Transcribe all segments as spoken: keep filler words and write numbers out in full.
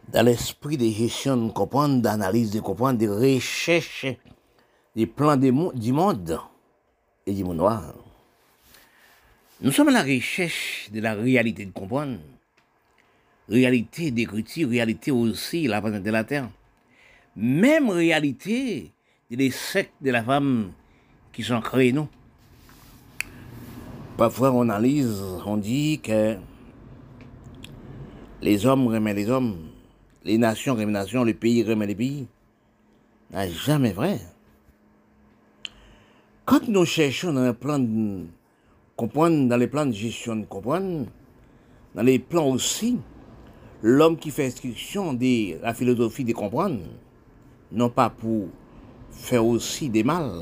dans l'esprit de gestion de comprendre, d'analyse de comprendre, de recherche des plans du monde et du monde noir. Nous sommes à la recherche de la réalité de comprendre, réalité d'écriture, réalité aussi la planète de la Terre, même réalité des sectes de la femme qui sont créés, nous. Parfois on analyse, on dit que les hommes remettent les hommes, les nations remettent les nations, les pays remettent les pays. n'est jamais vrai. Quand nous cherchons dans les plans de comprendre, dans les plans de gestion de comprendre, dans les plans aussi, l'homme qui fait instruction de la philosophie de comprendre, non pas pour faire aussi des mal.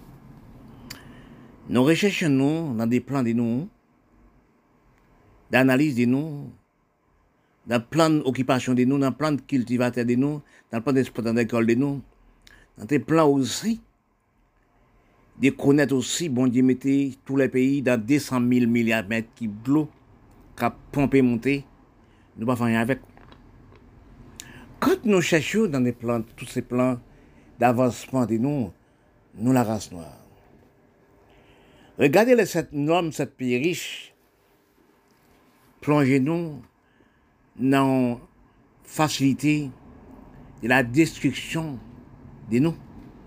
Nous recherchons nous dans des plans de nous, d'analyse de nous, dans le plan d'occupation de nous, dans le plan de cultivateur de nous, dans le plan d'exploitant d'école de nous, dans des plans aussi, de connaître aussi, bon Dieu, mettez tous les pays dans deux cent mille milliards de mètres qui d'eau, qui a pompé monter, nous ne pouvons pas faire rien avec. Quand nous cherchons dans des plans, tous ces plans d'avancement de nous, nous la race noire. Regardez les sept normes, sept pays riches, plongez-nous dans la facilité de la destruction de nous.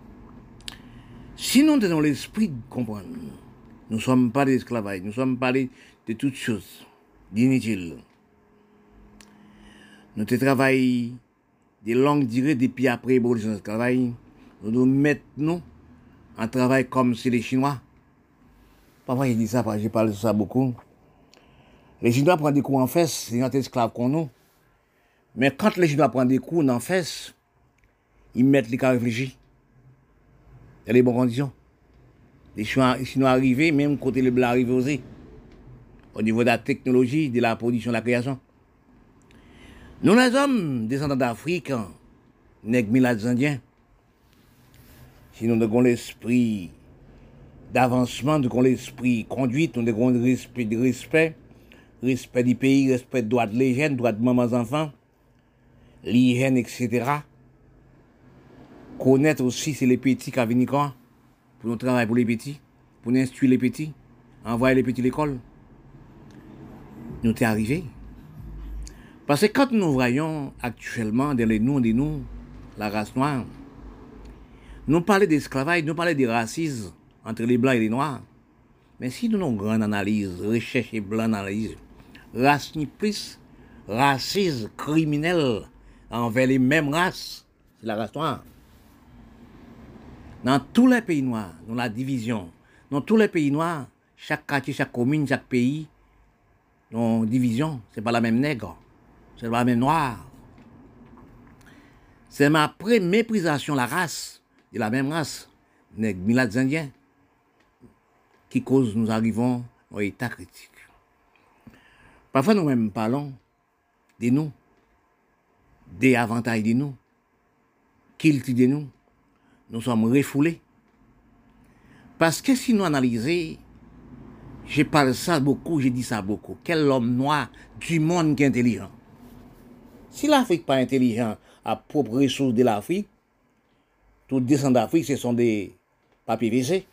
Si nous dans l'esprit de comprendre, nous ne sommes pas des esclavages, nous ne sommes pas de toutes choses d'inutiles. Nous travaillons de longue durée depuis après l'évolution de l'esclavage. Nous nous mettons en travail comme si les Chinois. Parfois, je dis ça, j'ai parlé de ça beaucoup. Les Chinois prennent des coups en fesses, c'est notre esclave qu'on nous. Mais quand les Chinois prennent des coups en fesses, ils mettent les cas réfléchis. Il y a les bonnes conditions. Les Chinois arrivés, même côté les Blancs arrivés aussi. Au niveau de la technologie, de la production, de la création. Nous, les hommes, descendants d'Afrique, nègres des Indiens, si nous avons l'esprit d'avancement, nous avons l'esprit conduite, nous avons le respect, respect, respect du pays, respect des droits de l'hygiène, droits de mamans enfants, l'hygiène, et cetera. Connaître aussi, c'est les petits qui viennent quand pour nous travailler pour les petits, pour nous instruire les petits, envoyer les petits à l'école. Nous t'es arrivé. Parce que quand nous voyons actuellement dans les noms de nous, la race noire, nous parlons d'esclavage, nous parlons de racisme entre les blancs et les noirs. Mais si nous avons une grande analyse, recherche et blanc analyse, race ni plus, racisme criminel envers les mêmes races, c'est la race noire. Dans tous les pays noirs, dans la division, dans tous les pays noirs, chaque quartier, chaque commune, chaque pays, dans la division, c'est pas la même nègre, c'est pas la même noire. C'est ma méprisation de la race, de la même race, nègre, milades indiens, qui cause nous arrivons au état critique. Parfois nous même parlons de nous, des avantages de nous, qu'ils de nous. Nous sommes refoulés. Parce que si nous analysons, je parle ça beaucoup, je dis ça beaucoup. Quel homme noir du monde qui est intelligent? Si l'Afrique n'est pas intelligent à propre ressource de l'Afrique, tous les descendants d'Afrique, ce sont des papiers V C.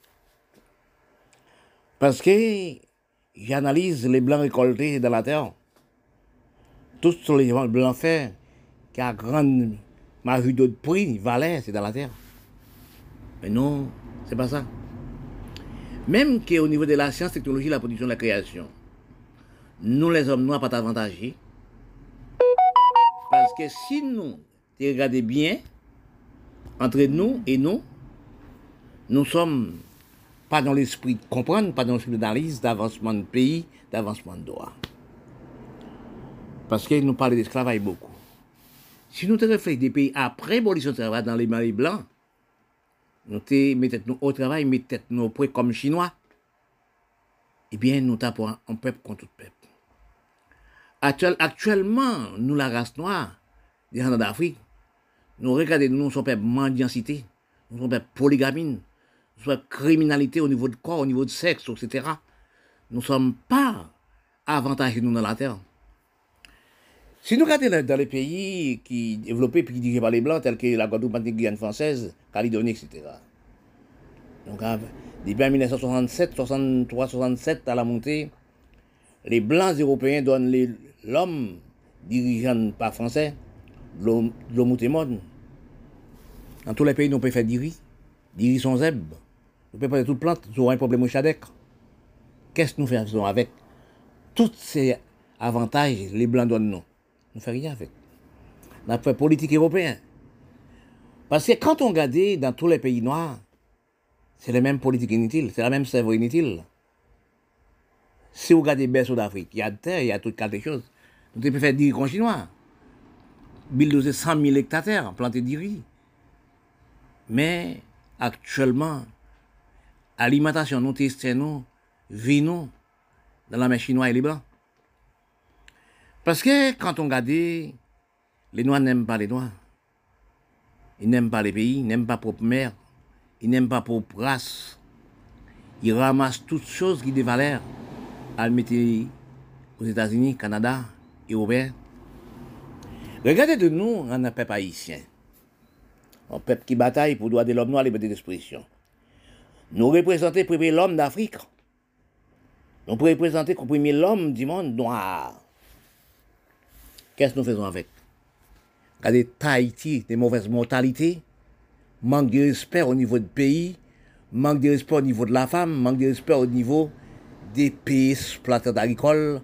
Parce que j'analyse les blancs récoltés dans la terre. Tous sont les blancs faits qui a grande majorité de prix, valeur, c'est dans la terre. Mais non, c'est pas ça. Même qu'au niveau de la science, technologie, la production, la création, nous les hommes noirs pas avantagés. Parce que si nous regardons bien, entre nous et nous, nous sommes pas dans l'esprit de comprendre, pas dans l'esprit d'analyse, d'avancement de pays, d'avancement de droit. Parce que nous parlons d'esclavage beaucoup. Si nous te réfléchissons des pays après l'abolition du travail dans les maris blancs, nous te mettons au travail, mettons près comme Chinois, eh bien, nous tapons un peuple contre tout peuple. Actuel, actuellement, nous, la race noire, des gens d'Afrique, nous regardons, nous sommes peuple mendiancité, nous sommes peuple polygamine, nous sommes criminalité au niveau de corps, au niveau de sexe, et cetera. Nous ne sommes pas avantagés, nous, dans la terre. Si nous regardons dans les pays qui développés et qui dirigés par les Blancs, tels que la Guadeloupe, la Guyane française, Calédonie, et cetera. Donc, depuis mille neuf cent soixante-sept, soixante-trois, soixante-sept, à la montée, les Blancs européens donnent l'homme dirigeant par français, l'homme monde. Dans tous les pays, nous pouvons faire du riz. Du riz sans zèbre. Nous pouvons faire toute plante, nous avons un problème au chadec. Qu'est-ce que nous faisons avec tous ces avantages les Blancs donnent nous? Nous ne faisons rien avec. On a fait politique européenne. Parce que quand on regarde dans tous les pays noirs, c'est la même politique inutile, c'est la même cerveau inutile. Si vous regardez les berceaux d'Afrique, il y a de terre, il y a toutes sortes de choses. Nous devons faire du riz chinois. Bulldozer cent mille hectares, planter du riz. Mais actuellement, l'alimentation, nous testons, vivons dans la mer chinoise et les blancs. Parce que quand on regarde, les Noirs n'aiment pas les Noirs. Ils n'aiment pas les pays, ils n'aiment pas propre mer, ils n'aiment pas propre race. Ils ramassent toutes choses qui ont des valeurs à le mettre aux États-Unis, Canada, Européens. Regardez de nous, on a un peuple haïtien. Un peuple qui bataille pour le droit de l'homme noir et la liberté d'expression. Nous représentons premier l'homme d'Afrique. Nous représentons le premier l'homme du monde noir. Qu'est-ce que nous faisons avec? Regardez Tahiti, des mauvaises mortalités, manque de respect au niveau du pays, manque de respect au niveau de la femme, manque de respect au niveau des pays exploitants agricoles.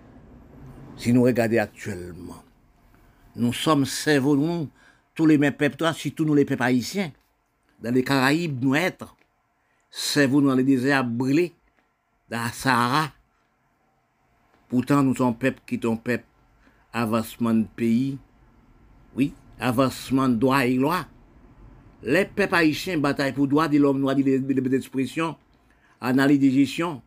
Si nous regardons actuellement, nous sommes cerveaux, nous, tous les mêmes peuples, surtout nous les peuples haïtiens, dans les Caraïbes, nous êtres, cerveaux dans les déserts brûlés, dans la Sahara. Pourtant, nous sommes peuple qui sont peuple avancement de pays, oui, avancement de droit et loi. Les peuples haïtiens bataillent pour droit de l'homme noir, de liberté d'expression, analyse de gestion.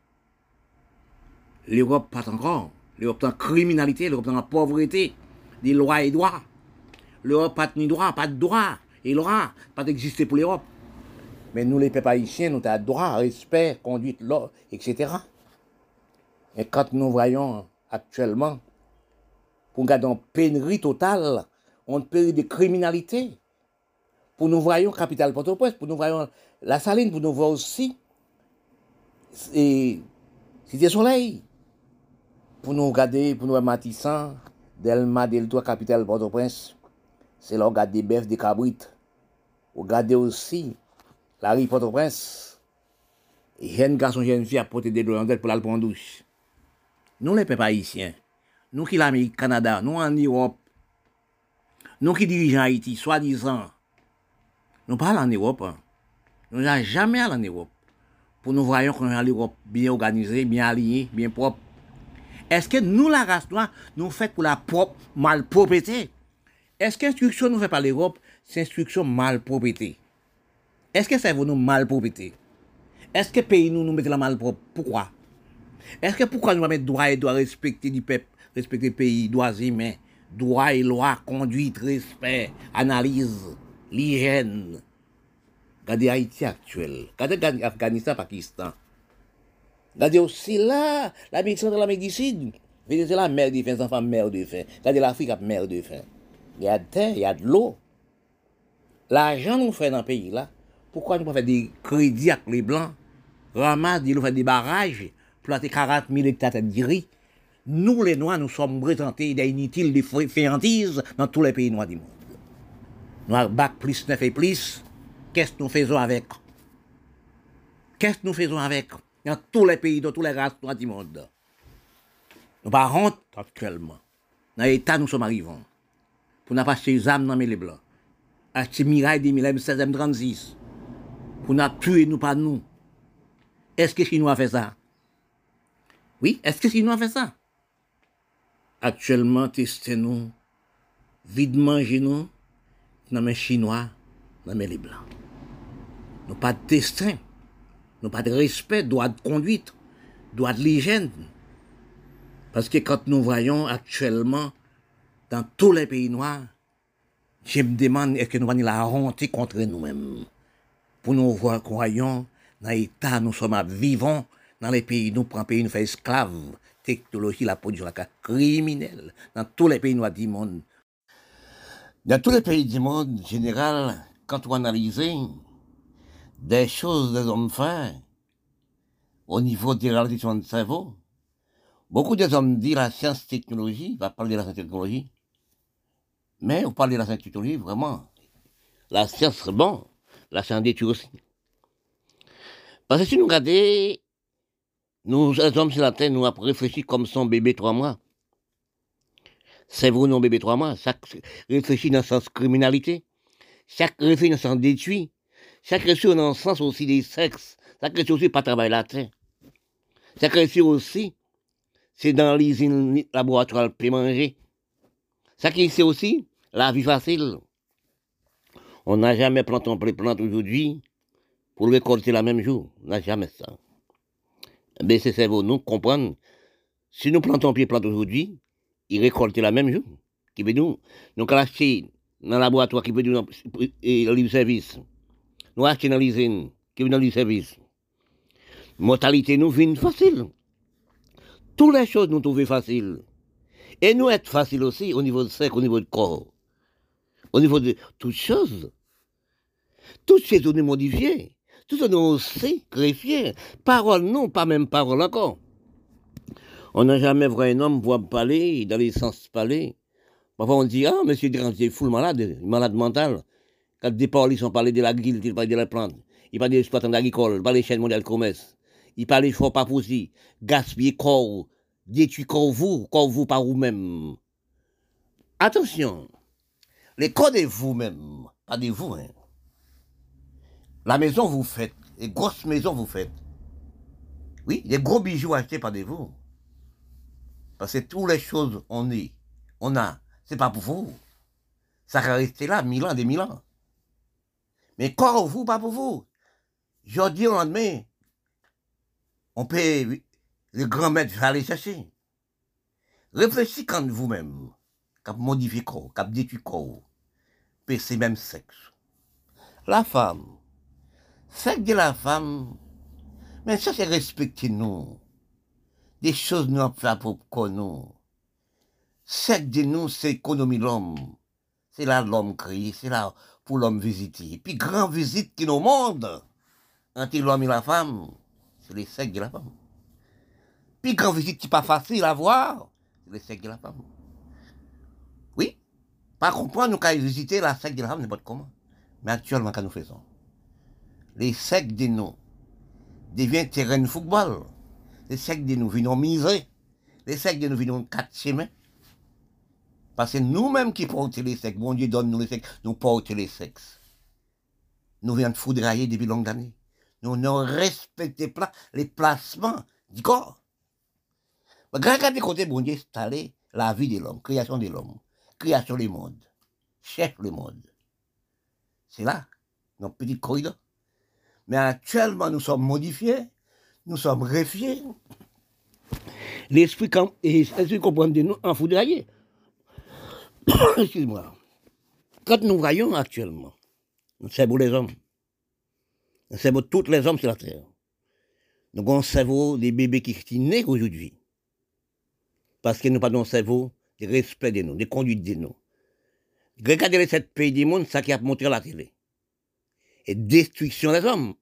L'Europe pas encore. L'Europe est en criminalité, l'Europe est en pauvreté, des lois et droits. L'Europe pas de droit, pas de droit et loi, pas d'exister pour l'Europe. Mais nous, les peuples haïtiens, nous avons droit, respect, conduite, loi, et cetera. Et quand nous voyons actuellement, pour garder une pénurie totale, on pénurie de criminalité. Pour nous voyons capitale Port-au-Prince, pour nous voyons la Saline, pour nous voir aussi et Cité Soleil. Pour nous regarder, pour nous voir Matissan, Delma, Deltois, capitale Port-au-Prince, c'est là où on regarde des bœufs, des cabrites. On regarde aussi la rue Port-au-Prince. Et jeunes garçons, jeunes filles à porter des doigts pour la prendre douche. Nous, les peuples haïtiens, nous qui l'Amérique, Canada, nous en Europe, nous qui dirigeons Haïti, soi-disant, nous parlons en Europe. Hein. Nous n'allons jamais aller en Europe. Pour nous voyons qu'on est en Europe bien organisée, bien alignée, bien propre. Est-ce que nous, la race noire, nous faisons pour la propre malpropreté? Est-ce que l'instruction nous fait par l'Europe, c'est instruction malpropreté? Est-ce que c'est nous malpropreté? Est-ce que le pays nous nous met la malpropre? Pourquoi? Est-ce que pourquoi nous mettre droit et droit respecter du peuple, respecter le pays, droits humains, droit et loi, conduite, respect, analyse, l'hygiène? Regardez Haïti actuel, regardez Afghanistan, Pakistan. Regardez aussi là, l'Amérique centrale, l'Amérique du Sud. Venezuela, mer de faim, les enfants mer de faim. Regardez l'Afrique, mer de faim. Il y a de terre, il y a de l'eau. L'argent nous fait dans le pays là. Pourquoi nous ne faisons pas des crédits avec les Blancs, ramasse, nous faisons des barrages, planter quarante mille hectares de riz. Nous, les Noirs, nous sommes présentés des inutiles, des féantises dans tous les pays noirs du monde. Nous avons bac plus neuf et plus. Qu'est-ce que nous faisons avec? Qu'est-ce que nous faisons avec? Dans tous les pays, dans tous les races noirs du monde. Nous pas honte actuellement. Dans l'état, nous sommes arrivés. Pour nous acheter les âmes dans les Blancs. Acheter Mirail des mille seize cent trente-six. Pour nous tuer, nous pas nous. Est-ce que les Chinois fait ça? Oui, est-ce que les Chinois fait ça? Actuellement, testez-nous, vide mangez-nous, dans les Chinois, dans les Blancs. Nous pas de destin, nous pas de respect, droit de conduite, droit de l'hygiène. Parce que quand nous voyons actuellement, dans tous les pays noirs, je me demande, est-ce que nous allons la honte contre nous-mêmes? Pour nous voir, croyons, dans l'état, nous sommes vivants, dans les pays, nous prenons pays, nous faisons esclaves, technologie, la production, la criminelle, dans tous les pays noirs du monde. Dans tous les pays du monde, en général, quand on analyse des choses des hommes faits, au niveau des réalisations de cerveau, beaucoup des hommes disent la science technologie, va parler de la science technologie, mais on parle de la science technologie, vraiment, la science c'est bon, la science d'étude aussi. Parce que si nous regardons, nous, les hommes sur la terre, nous avons réfléchi comme son bébé trois mois. C'est vous, non bébé trois mois. Chaque réfléchit dans le sens criminalité. Chaque réfléchit dans le sens d'étude. Chaque réfléchit dans le sens aussi des sexes. Chaque réfléchit aussi pas travailler la terre. Chaque réfléchit aussi, c'est dans l'usine laboratoire le peut manger. Chaque réfléchit aussi, la vie facile. On n'a jamais planté les plantes aujourd'hui pour le récolter la même jour. On n'a jamais ça. Mais c'est cerveau, nous comprendre. Si nous plantons les plantes aujourd'hui, ils récoltent la même jour. Qui veut nous, nous allons acheter dans le laboratoire qui veut nous le livre service. Nous achetons dans l'usine qui veut dans le service. Mortalité nous vient facile. Toutes les choses nous trouvent faciles. Et nous être facile aussi au niveau de sexe, au niveau du corps. Au niveau de toutes choses. Toutes ces données modifiées. Tout ça nous aussi greffier. Parole non, pas même parole encore. On n'a jamais vu un homme voir parler, dans les sens parler. Parfois on dit, ah, monsieur Déranger est fou, malade, malade mental. Quand des paroles, ils sont parlés de l'agriculture, ils parlent de la plante, ils parlent de l'exploitation agricole, ils parlent des chaînes mondiales de commerce, ils parlent des fois pas possible, gaspiller corps, détruire corps vous, corps vous par vous-même. Attention, les corps de vous-même, pas de vous, hein. La maison vous faites, les grosses maisons vous faites. Oui, les gros bijoux achetés par de vous. Parce que toutes les choses on est, on a, c'est pas pour vous. Ça va rester là mille ans, des mille ans. Mais corps vous, pas pour vous. Aujourd'hui, au lendemain, on peut, le grand maître va aller chercher. Réfléchissez quand vous-même, quand vous modifiez corps, quand vous détruisez corps, puis c'est même sexe. La femme, sexe de la femme, mais ça c'est respecter nous. Des choses nous ont fait pour nous. Sexe de nous, c'est économie l'homme. C'est là l'homme créé, c'est là pour l'homme visiter. Puis grande visite qui nous monde entre l'homme et la femme, c'est le sexe de la femme. Puis grande visite qui n'est pas facile à voir, c'est le sexe de la femme. Oui, pas comprendre, nous qu'à visiter la sexe de la femme, n'importe comment. Mais actuellement, quand nous faisons, les sexes de nous deviennent terrain de football. Les sexes de nous viennent miser. Les sexes de nous viennent quatre chemins. Parce que nous-mêmes qui portons les sexes, bon Dieu donne nous les sexes, nous portons les sexes. Nous venons de foudrailler depuis longues années. Nous ne respectons pas les placements du corps. Grâce des côtés, bon Dieu installé la vie de l'homme, création de l'homme, création du monde, chef le monde. C'est là, notre petit corridor. Mais actuellement, nous sommes modifiés, nous sommes réfiés. L'esprit comprend de nous en foudrailler. Excuse-moi. Quand nous voyons actuellement, c'est pour les hommes. C'est pour tous les hommes sur la terre. Nous avons un cerveau des bébés qui sont nés aujourd'hui. Parce que nous n'avons pas un cerveau de respect de nous, de conduite de nous. Regardez les sept pays du monde, ça qui a montré à la télé. Et destruction des hommes.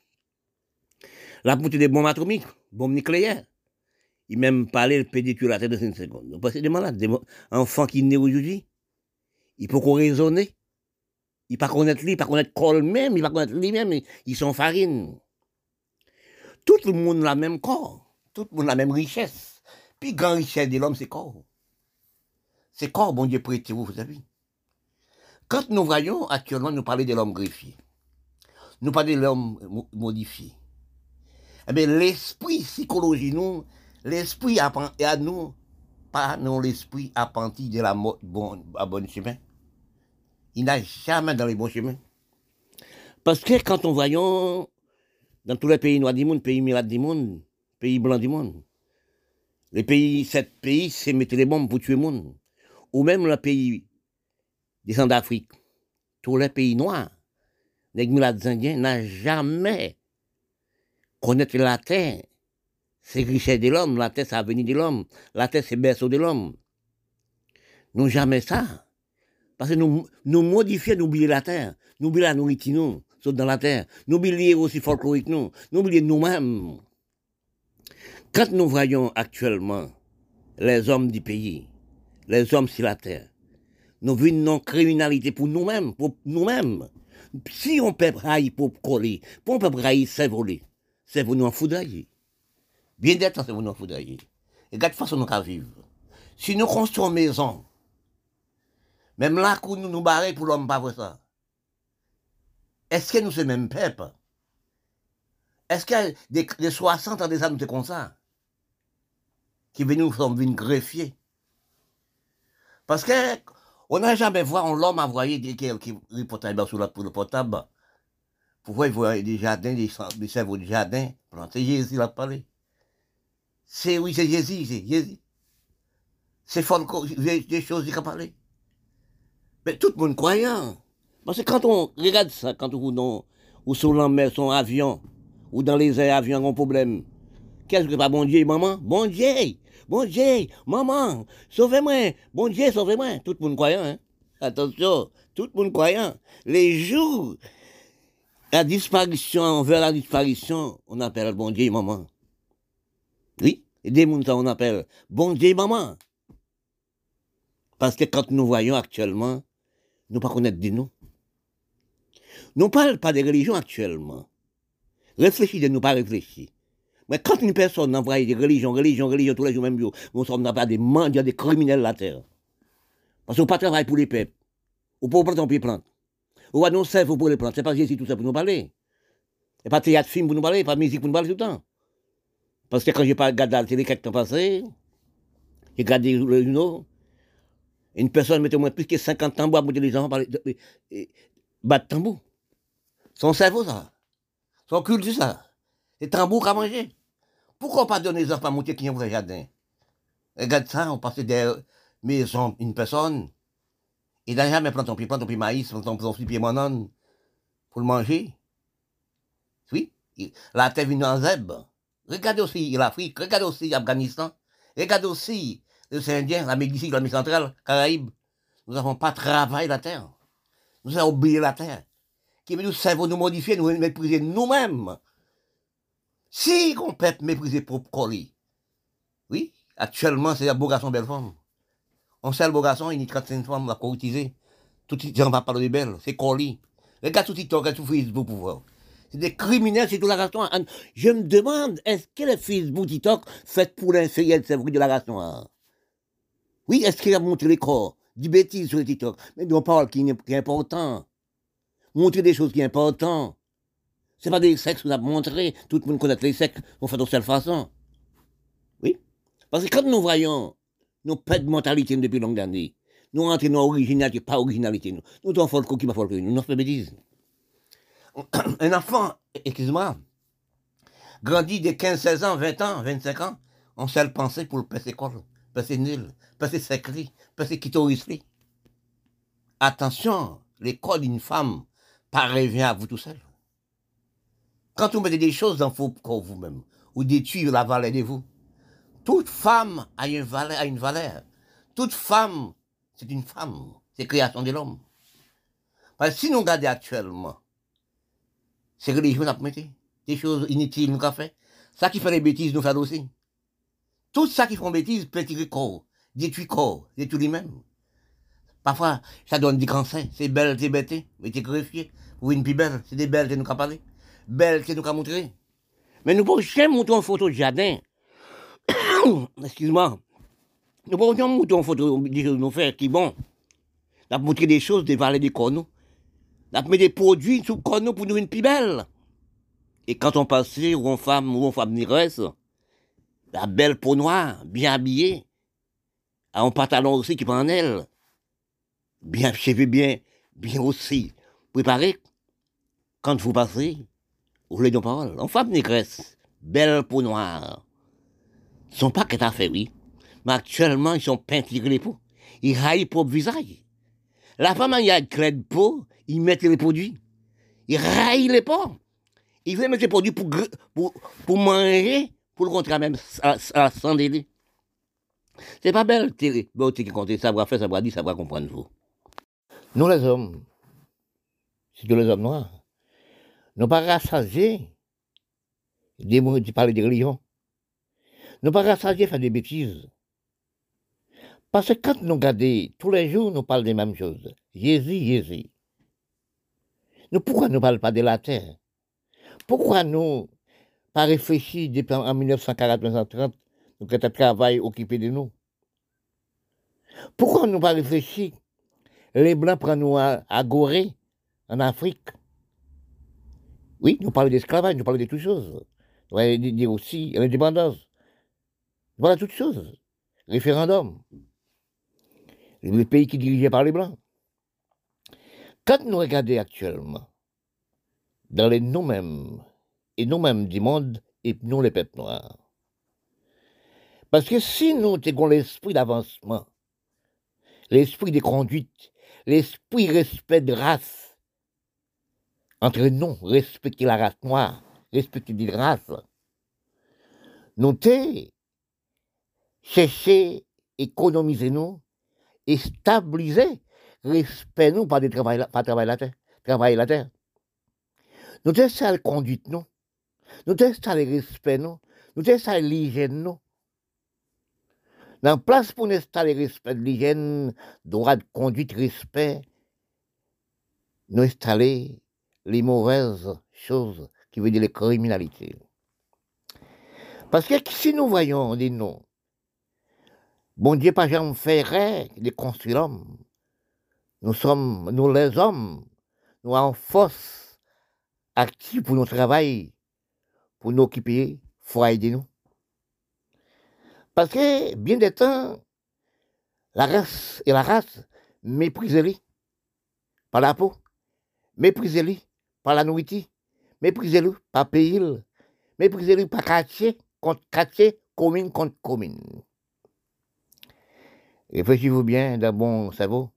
La montée des bombes atomiques, bombes nucléaires. Il même parlé, il peut détruire la terre dans une seconde. Parce que des malades, des enfants qui naissent aujourd'hui, ils peuvent raisonner. Ils ne peuvent pas connaître lui, ils ne peuvent pas connaître Col même, ils ne peuvent pas connaître lui-même, ils sont farine. Tout le monde a le même corps, tout le monde a la même richesse. Puis, la grande richesse de l'homme, c'est corps. C'est corps, bon Dieu, prêtez vous, vous savez. Quand nous voyons actuellement, nous parlons de l'homme greffier. Nous parlons de l'homme modifié. Eh bien, l'esprit, psychologie, nous, l'esprit apprend à nous, pas non l'esprit apprenti de la bon, à bon chemin. Il n'a jamais dans les bons chemins. Parce que quand on voyons dans tous les pays noirs du monde, pays mirades du monde, pays blancs du monde, les pays, sept pays, c'est mettre les bombes pour tuer le monde. Ou même le pays des Centrafrique, tous les pays noirs, les mirades indiens n'ont jamais connaître la terre c'est richesse de l'homme, la terre, c'est l'avenir de l'homme, la terre, c'est berceau de l'homme. Nous jamais ça. Parce que nous, nous modifions, nous oublions la terre, nous oublions la nourriture, nous, sauf dans la terre, nous oublions aussi folklorique, nous, nous oublions nous-mêmes. Quand nous voyons actuellement les hommes du pays, les hommes sur la terre, nous vivons une criminalité pour nous-mêmes, pour nous-mêmes. Si on peut railler pour coller, pour on peut railler, c'est voler, c'est vous nous en foudroyer. Bien d'être, c'est vous nous en foudroyer. Et de façon nous vivre. Si nous construisons une maison, même là, nous nous barrons pour l'homme, pas vrai ça. Est-ce que nous sommes même peuple? Est-ce que des, des soixante ans déjà nous sommes comme ça? Qui viennent nous sommes venus greffier? Parce que on n'a jamais vu l'homme envoyer des qui reportent sur le portable. Pourquoi il voit des jardins, des, des cerveaux de jardin? C'est Jésus qui l'a parlé. C'est oui, c'est Jésus, c'est Jésus. C'est fort des choses qu'il a parlé. Mais tout le monde croyant. Parce que quand on regarde ça, quand on ou sur la mer, son avion, ou dans les airs, avion a un problème. Qu'est-ce que pas bon Dieu, maman? Bon Dieu! Bon Dieu! Maman! Sauvez-moi! Bon Dieu, sauvez-moi! Tout le monde croyant, hein? Attention! Tout le monde croyant. Les jours, la disparition, vers la disparition, on appelle bon Dieu, maman. Oui? Et des gens, on appelle bon Dieu, maman. Parce que quand nous voyons actuellement, nous ne pas connaître de nous. Nous ne parlons pas de religion actuellement. Réfléchis de nous pas réfléchir. Mais quand une personne envoie des religions, religions, religions, tous les jours même, nous sommes pas des mendiants, des criminels de la terre. Parce qu'on ne travaille pas pour les peuples. Ou pour planter les plantes. Ou pas nous servir pour les plantes. C'est pas Jésus tout ça pour nous parler. Et pas théâtre, film pour nous parler, pas musique pour nous parler tout le temps. Parce que quand je pas regardé la télé quelques temps passé, j'ai regardé le journal, une personne mettait au moins plus que cinquante tambours à monter les gens, battre tambour. Son cerveau, ça. Son culture, ça. Les tambours qu'à manger. Pourquoi pas donner les enfants à monter qui ont un vrai jardin? Regarde ça, on passe des maisons, une personne, il n'a jamais planté un pied, planté un pied maïs, planté un pied banane pour le manger. Oui, la terre vient en zèbre. Regardez aussi l'Afrique, regardez aussi l'Afghanistan, regardez aussi les Indiens, l'Amérique du Sud, l'Amérique centrale, Caraïbes. Nous n'avons pas travaillé la terre. Nous avons oublié la terre. Qui veut nous cerveau nous modifier, nous mépriser nous-mêmes. Si on peut mépriser pour coller, oui, actuellement, c'est un beau garçon, belle femme. On sait le beau garçon, il y a trente-cinq femmes à courtiser. Tout le temps, on va parler de belle, c'est coller. Regarde tout TikTok, regarde tout Facebook pour voir. C'est des criminels, c'est tout la race. Je me demande, est-ce que le Facebook, TikTok, fait pour l'inférieur de cerveau de la race noire? Oui, est-ce qu'il a montré les corps, des bêtises sur le TikTok? Mais on parle qui est important. Montrer des choses qui sont importantes. Ce n'est pas des sexes qu'on a montré. Tout le monde connaît les sexes. On fait de cette façon. Oui. Parce que quand nous voyons nos pères de mentalité depuis longues années, nous rentrons dans l'originalité, pas originalité. Nous nous sommes folklore qui ne folklore. Nous nous faisons bêtises. Un enfant, excuse-moi, grandit de quinze, seize ans, vingt ans, vingt-cinq ans, on sait le penser pour le passer école, passer nul, passer secret, passer quittorisli. Attention, l'école d'une femme, pas revient à vous tout seul. Quand vous mettez des choses dans vos corps vous-même, ou détruire la valeur de vous, toute femme a une valeur, a une valeur. Toute femme, c'est une femme, c'est création de l'homme. Parce que si nous regardons actuellement, ces religions nous ont mis des choses inutiles nous avons fait. Ça qui fait les bêtises nous fait aussi. Tout ça qui font bêtises peut tirer corps, détruire corps, détruire lui-même. Parfois, ça donne des cancers, c'est belle, c'est bête, mais c'est greffier. Ou une plus belle, c'est des belles que nous avons parlé. Belle que nous avons montré. Mais nous ne pouvons jamais montrer une photo de jardin. Excuse-moi. Nous ne pouvons jamais montrer une photo des choses nous faire qui bon. Nous avons montré des choses, des valeurs des corneaux. Nous avons mis des produits sous le corneau pour nous une plus belle. Et quand on passait, ou en femme, ou en femme négresse, la belle peau noire, bien habillée, a un pantalon aussi qui prend en elle, bien cheveux, bien, bien aussi préparé. Quand vous passez, vous voulez nos paroles. En femme négresse, belle peau noire. Ils ne sont pas qu'à fait, oui. Mais actuellement, ils sont peintirés les peaux. Ils raillent pour le visage. La femme, il y a une clé de peau, ils mettent les produits. Ils raillent les peaux. Ils veulent mettre les produits pour, pour, pour manger, pour le contraire même, ça, ça sans délai. C'est pas belle, télé. Bon, tu qui compte, ça va faire, ça va dire, ça va comprendre vous. Nous les hommes, c'est les hommes noirs, nous pas rassasiés des mots qui parlent de religion. Nous pas rassasiés faire des bêtises. Parce que quand nous regardons, tous les jours, nous parlons des mêmes choses. Jésus, Jésus. Nous, pourquoi nous ne parlons pas de la terre? Pourquoi nous pas réfléchir depuis en mille neuf cent quarante, mille neuf cent trente, nous avons travail occupé de nous? Pourquoi nous pas réfléchir? Les Blancs prennent nous à, à Gorée, en Afrique. Oui, nous parlons d'esclavage, nous parlons de toutes choses. On va dire aussi l'indépendance. Voilà toutes choses. Référendum. Le pays qui est dirigé par les Blancs. Quand nous regardons actuellement, dans les nous-mêmes, et nous-mêmes du monde, et nous les peuples noirs, parce que si nous avons l'esprit d'avancement, l'esprit de conduite, l'esprit respect de race, entre nous, respecter la race noire, respecter des races, nous avons cherché, économiser nous, et stabiliser, respect nous par des travail, par travail la terre, travailler la terre. Nous avons ça la conduite nous, nous avons ça le respect nous, nous avons ça l'hygiène nous. Dans place pour installer le respect de l'hygiène, droit de conduite, respect, nous installer les mauvaises choses, qui veut dire les criminalités. Parce que si nous voyons, on dit non, bon Dieu pas jamais fait de construire l'homme. Nous sommes, nous les hommes, nous avons force active pour notre travail, pour nous occuper, foyer de nous. Parce que, bien des temps, la race et la race, méprisez-les par la peau, méprisez-les par la nourriture, méprisez-les par pays, méprisez-les par quartier contre quartier, commune contre commune. Réfléchissez-vous bien dans bon cerveau.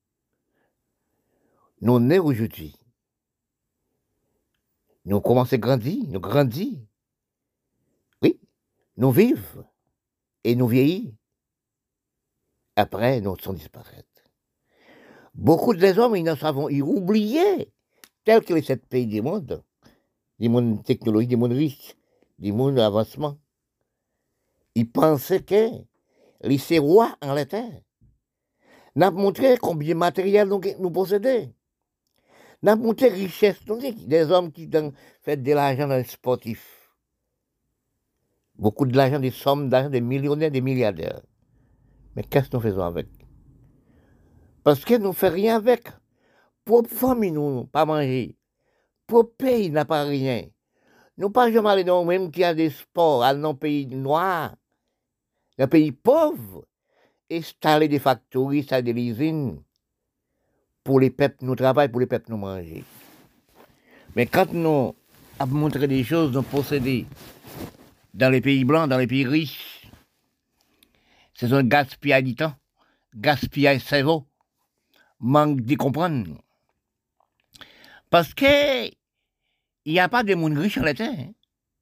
Nous nés aujourd'hui, nous commençons à grandir, nous grandissons. Oui, nous vivons. Et nous vieillis. Après, nous sommes disparaître. Beaucoup des hommes, ils ne savent, ils oublié, tels que les sept pays du monde, des mondes technologiques, des mondes riches, des mondes avancement. Ils pensaient que les rois en la terre. N'a montré combien de matériel nous, nous possédons. N'a montré richesse, des hommes qui ont fait de l'argent dans le sportif. Beaucoup de l'argent, des sommes d'argent, des millionnaires, des milliardaires. Mais qu'est-ce que nous faisons avec? Parce que nous ne faisons rien avec. Pour famille, nous, pas manger. Pour pays, n'a pas rien. Nous pas jamais aller dans même qui a des sports, aller dans un pays noir, dans un pays pauvre, installer des factories, installer des usines. Pour les peuples, nous travaillons, pour les peuples, nous manger. Mais quand nous avons montré des choses, nous possédons, dans les pays blancs, dans les pays riches, c'est un gaspillage du temps, gaspillage cerveau, manque de comprendre. Parce que il n'y a pas de monde riche sur la terre. Hein.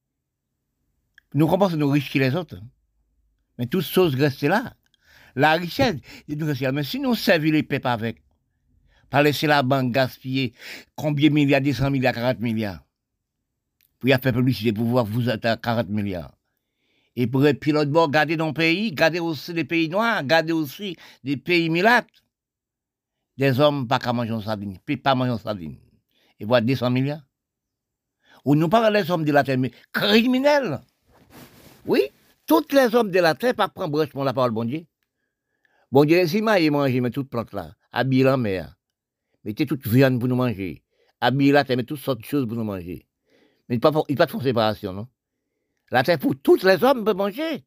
Nous comprenons que nous riches que les autres. Mais toutes choses restent là. La richesse, mais si nous servons les peuples avec, pas laisser la banque gaspiller combien de milliards, deux cents milliards, quarante milliards. Pour y faire publicité, pour voir que vous êtes à quarante milliards. Et pour être pilote bord, garder dans le pays, garder aussi les pays noirs, garder aussi des pays milates. Des hommes pas qu'à manger en sardine, pas manger en sardine. Et voir deux cents milliards. Ou nous parlons des hommes de la terre, mais criminels. Oui, tous les hommes de la terre, pas prendre brèche pour la parole, bon Dieu. Bon Dieu, si moi, il mange, mais toute plante là, habille en mer. Mettez toute viande pour nous manger. Habille la terre, mais toutes sortes de choses pour nous manger. Mais il n'y a pas, pas de fond séparation, non? La terre pour tous les hommes peut manger.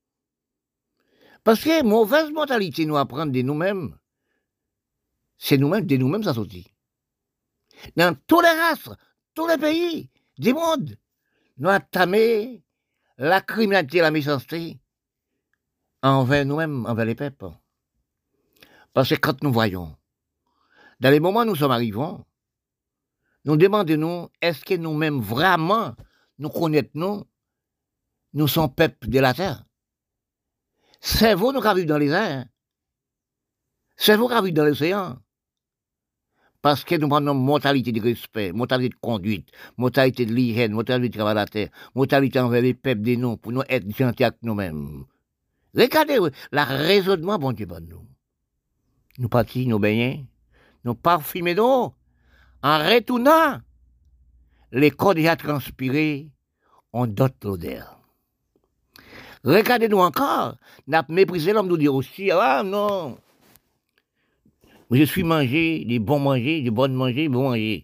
Parce que mauvaise mentalité nous apprendre de nous-mêmes. C'est nous-mêmes, de nous-mêmes, ça sortit. Dans tous les races, tous les pays du monde, nous entamé la criminalité, la méchanceté envers nous-mêmes, envers les peuples. Parce que quand nous voyons, dans les moments où nous sommes arrivés, nous demandons, est-ce que nous-mêmes vraiment nous connaissons nous sommes peuple de la terre. C'est vous nous qui vivons dans les airs. C'est vous qui vivons dans l'océan. Parce que nous prenons mortalité de respect, mortalité de conduite, mortalité de l'hygiène, mortalité de travail à la terre, mortalité envers les peuples des noms, pour nous être gentils avec nous-mêmes. Regardez, le raisonnement, bon Dieu, bon nous. Nous partis, nous baignons, nous parfumons d'eau. En retournant, les corps déjà transpirés ont d'autres l'odeur. Regardez-nous encore, nous avons méprisé l'homme, nous dire aussi, ah non, je suis mangé, des bons manger, des bonnes manger, des bons manger.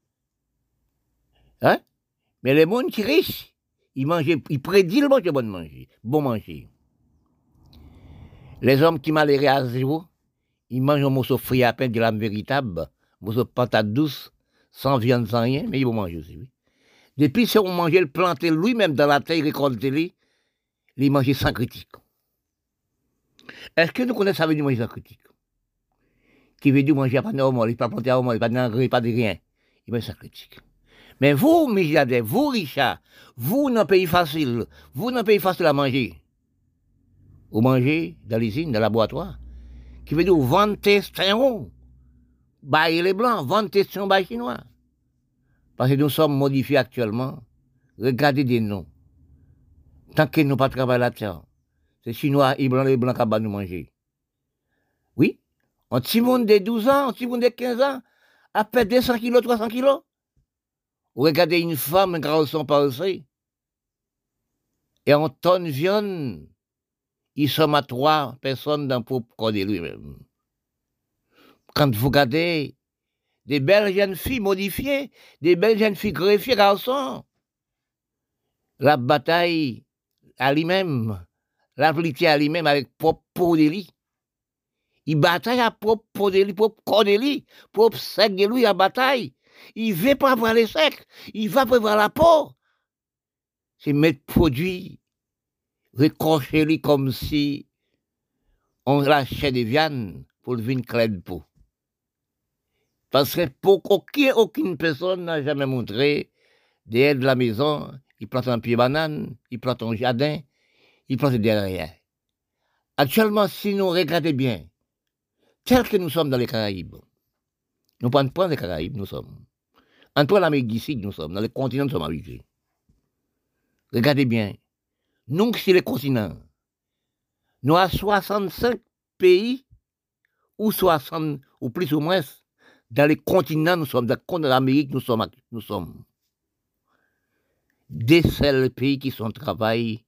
Hein? Mais les gens qui sont riches, ils mangent, ils prédisent le manger, bon manger, bon manger. Les hommes qui malheureux à zéro, ils mangent un morceau frit à peine de l'âme véritable, un morceau de patate douce, sans viande, sans rien, mais ils vont manger aussi, oui. Depuis si on mangeait le planter lui-même dans la terre, récolter, ils mangent sans critique. Est-ce que nous connaissons ça veut dire manger sans critique? Qui veut dire manger pas normal, il pas planter normal, il pas d'engrais, pas de rien. Il mange sans critique. Mais vous, milliardaires, vous, Richard, vous, dans un pays facile, vous, dans un pays facile à manger, vous mangez dans l'usine, dans le laboratoire, qui veut dire vendre testin, bailler les blancs, vendre testin, bailler chinois. Parce que nous sommes modifiés actuellement. Regardez des noms. Tant que nous pas travaillé la terre, c'est chinois et blancs, les blancs qui vont nous manger. Oui, un petit monde de douze ans, un petit monde de quinze ans, a perdu deux cents kilos, trois cents kilos. Regardez une femme, un garçon passé, et en tonne de viande, ils sont à trois personnes dans le propre corps de lui-même. Quand vous regardez des belles jeunes filles modifiées, des belles jeunes filles greffiées, garçons, la bataille à lui-même, la politique à lui-même avec propre peau de lui. Il bataille à propre peau de lui, propre corps de lui, propre sec de lui, à bataille. Il ne veut pas avoir les secs, il va prévoir la peau. C'est mettre produit, récorcher lui comme si on lâchait des viandes pour le vin clair de peau. Parce que pour aucune, aucune personne n'a jamais montré derrière de la maison, il plante un pied banane, il plante un jardin, il plante derrière. Actuellement, si nous regardons bien, tel que nous sommes dans les Caraïbes, nous ne prenons pas les Caraïbes, nous sommes. Entre l'Amérique du Sud, nous sommes, dans les continents, nous sommes habitués. Regardez bien, nous, sur les continents, nous avons soixante-cinq pays, ou soixante, ou plus ou moins, dans les continents, nous sommes, dans l'Amérique, nous sommes, nous sommes. Des seuls pays qui sont travaillés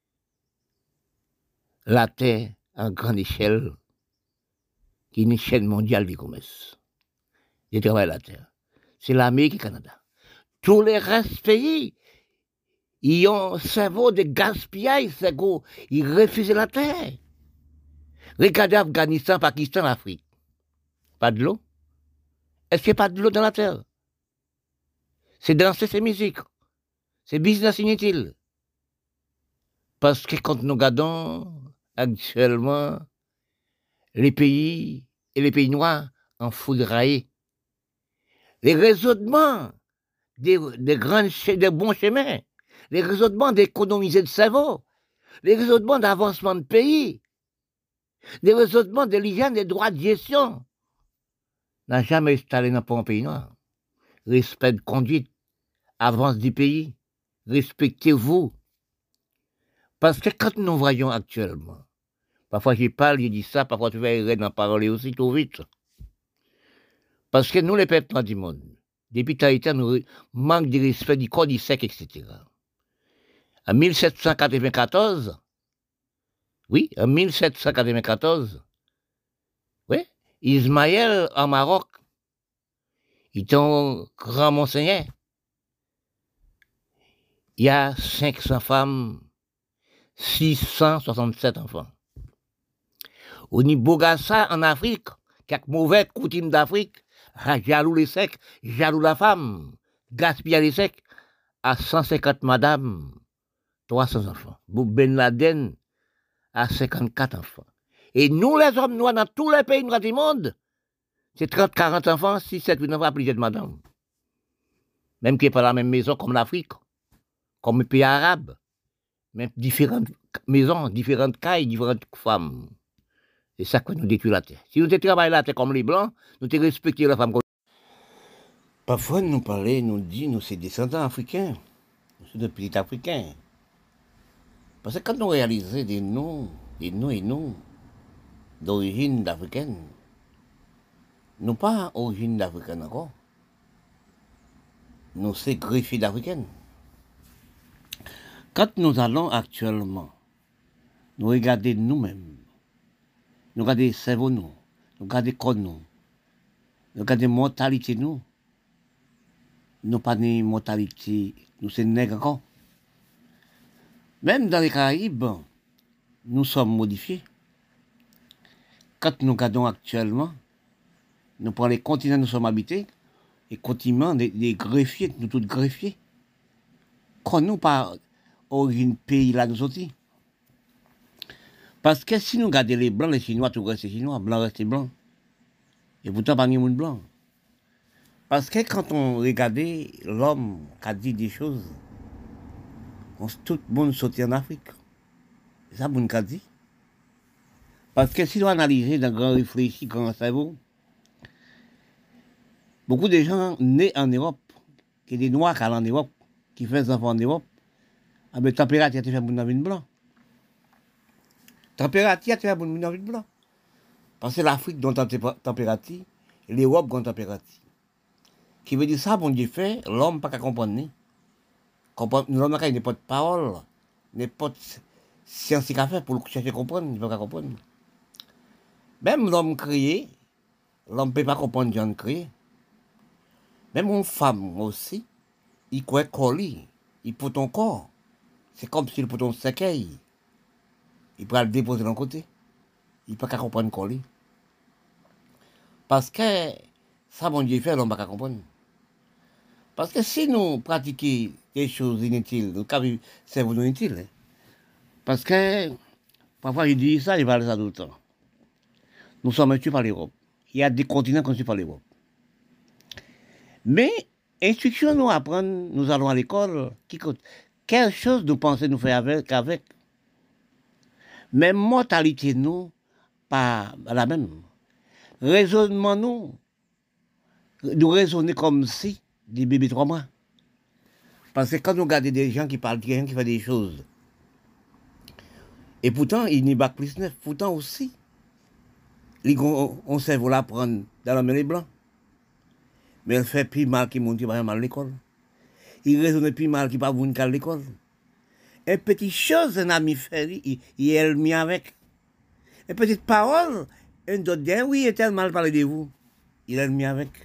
la terre en grande échelle, qui est une échelle mondiale du commerce. Ils travaillent la terre. C'est l'Amérique et le Canada. Tous les restes pays, ils ont un cerveau de gaspillage, ils refusent la terre. Regardez Afghanistan, Pakistan, Afrique. Pas de l'eau? Est-ce qu'il n'y a pas de l'eau dans la terre? C'est danser, c'est musique. C'est business inutile. Parce que quand nous regardons actuellement les pays et les pays noirs en foudroyés, les raisonnements des, des, grands, des bons chemins, les raisonnements d'économiser le cerveau, les raisonnements d'avancement de pays, les raisonnements de l'hygiène des droits de gestion, n'a jamais installé dans un pays noir. Respect de conduite, avance du pays, respectez-vous. Parce que quand nous voyons actuellement, parfois je parle, je dis ça, parfois tu vas arrêter d'en parler aussi trop vite. Parce que nous, les peuples du monde, depuis Tahiti, nous manquons de respect du code du sec, et cetera. En mille sept cent quatre-vingt-quatorze, oui, en mille sept cent quatre-vingt-quatorze, oui, Ismaël, en Maroc, il est un grand monseigneur. Il y a cinq cents femmes, six cent soixante-sept enfants. Au niveau Bogassa, en Afrique, quelques mauvais coutumes d'Afrique, jaloux les secs, jaloux la femme, gaspiller les secs, à cent cinquante madames, trois cents enfants. Ben Laden, à cinquante-quatre enfants. Et nous, les hommes noirs, dans tous les pays noirs du monde, c'est trente, quarante enfants, six, sept, huit enfants, plusieurs de madame. Même qui n'est pas la même maison comme l'Afrique, comme les pays arabes. mais différentes maisons, différentes cailles, différentes femmes. C'est ça que nous détruisons la terre. Si nous travaillons la terre comme les Blancs, nous te respectons la femme comme... Parfois, nous parlons, nous disons, nous sommes descendants africains. Nous sommes des petits africains. Parce que quand nous réalisons des noms, des noms et noms d'origine africaine, nous pas d'origine africaine encore. Nous sommes greffés d'africaine. Quand nous allons actuellement, nous regardons nous-mêmes, nous regardons le cerveau, nous, nous regardons le corps, nous, nous regardons la mortalité, nous, nous pas de mortalité, nous sommes nègres encore. Même dans les Caraïbes, nous sommes modifiés. Quand nous regardons actuellement, nous prenons les continents où nous sommes habités, les continents des, des greffiers, nous tous greffiers. Quand nous par origine pays là nous sortis. Parce que si nous regardons les blancs, les chinois, tout reste chinois, blanc reste blanc. Et pourtant pas de monde blanc. Parce que quand on regardait l'homme qui a dit des choses, on, tout le monde sortit en Afrique. C'est ça qu'on a dit. Parce que si on analyse dans le grand réfléchi, grand cerveau, beaucoup de gens nés en Europe, qui sont des noirs qui allent en Europe, qui font des enfants en Europe, ah ben température te fait pour une blanc. Température te fait pour une blanc. Parce que l'Afrique donne température, l'Europe donne température. Qui veut dire ça, bon Dieu fait, l'homme pas qu'à comprendre. L'homme n'a pas de parole, n'a pas de science qu'à faire pour chercher à comprendre, il ne peut pas comprendre. Même l'homme créé, l'homme ne peut pas comprendre Dieu créé. Même une femme aussi, il croit coller, il peut ton corps. C'est comme s'il peut ton cercueil. Il peut le déposer de l'autre côté. Il ne peut pas comprendre coller. Parce que ça, mon Dieu fait, l'homme ne peut pas comprendre. Parce que si nous pratiquons des choses inutiles, nous avons cerveau inutile. Parce que, parfois, je dis ça, je parle ça tout le temps. Nous sommes tués par l'Europe. Il y a des continents qu'on suit par l'Europe. Mais, instruction nous apprendre, nous allons à l'école, qui compte. Quelle chose nous pensons nous faire avec, avec. Même mortalité, nous, pas la même. Raisonnement, nous, nous raisonner comme si des bébés trois mois. Parce que quand nous regardons des gens qui parlent, des gens qui font des choses, et pourtant, ils n'y bac plus neuf, pourtant aussi, on sait vous l'apprendre dans la mêlée blanc. Mais elle fait plus mal qu'il monte qui va mal à l'école. Il raisonne plus mal qu'il va pas à l'école. Une petite chose, un ami fait, il, il est mis avec. Une petite parole, un autre dit, oui, il est tellement mal parlé de vous. Il est mis avec.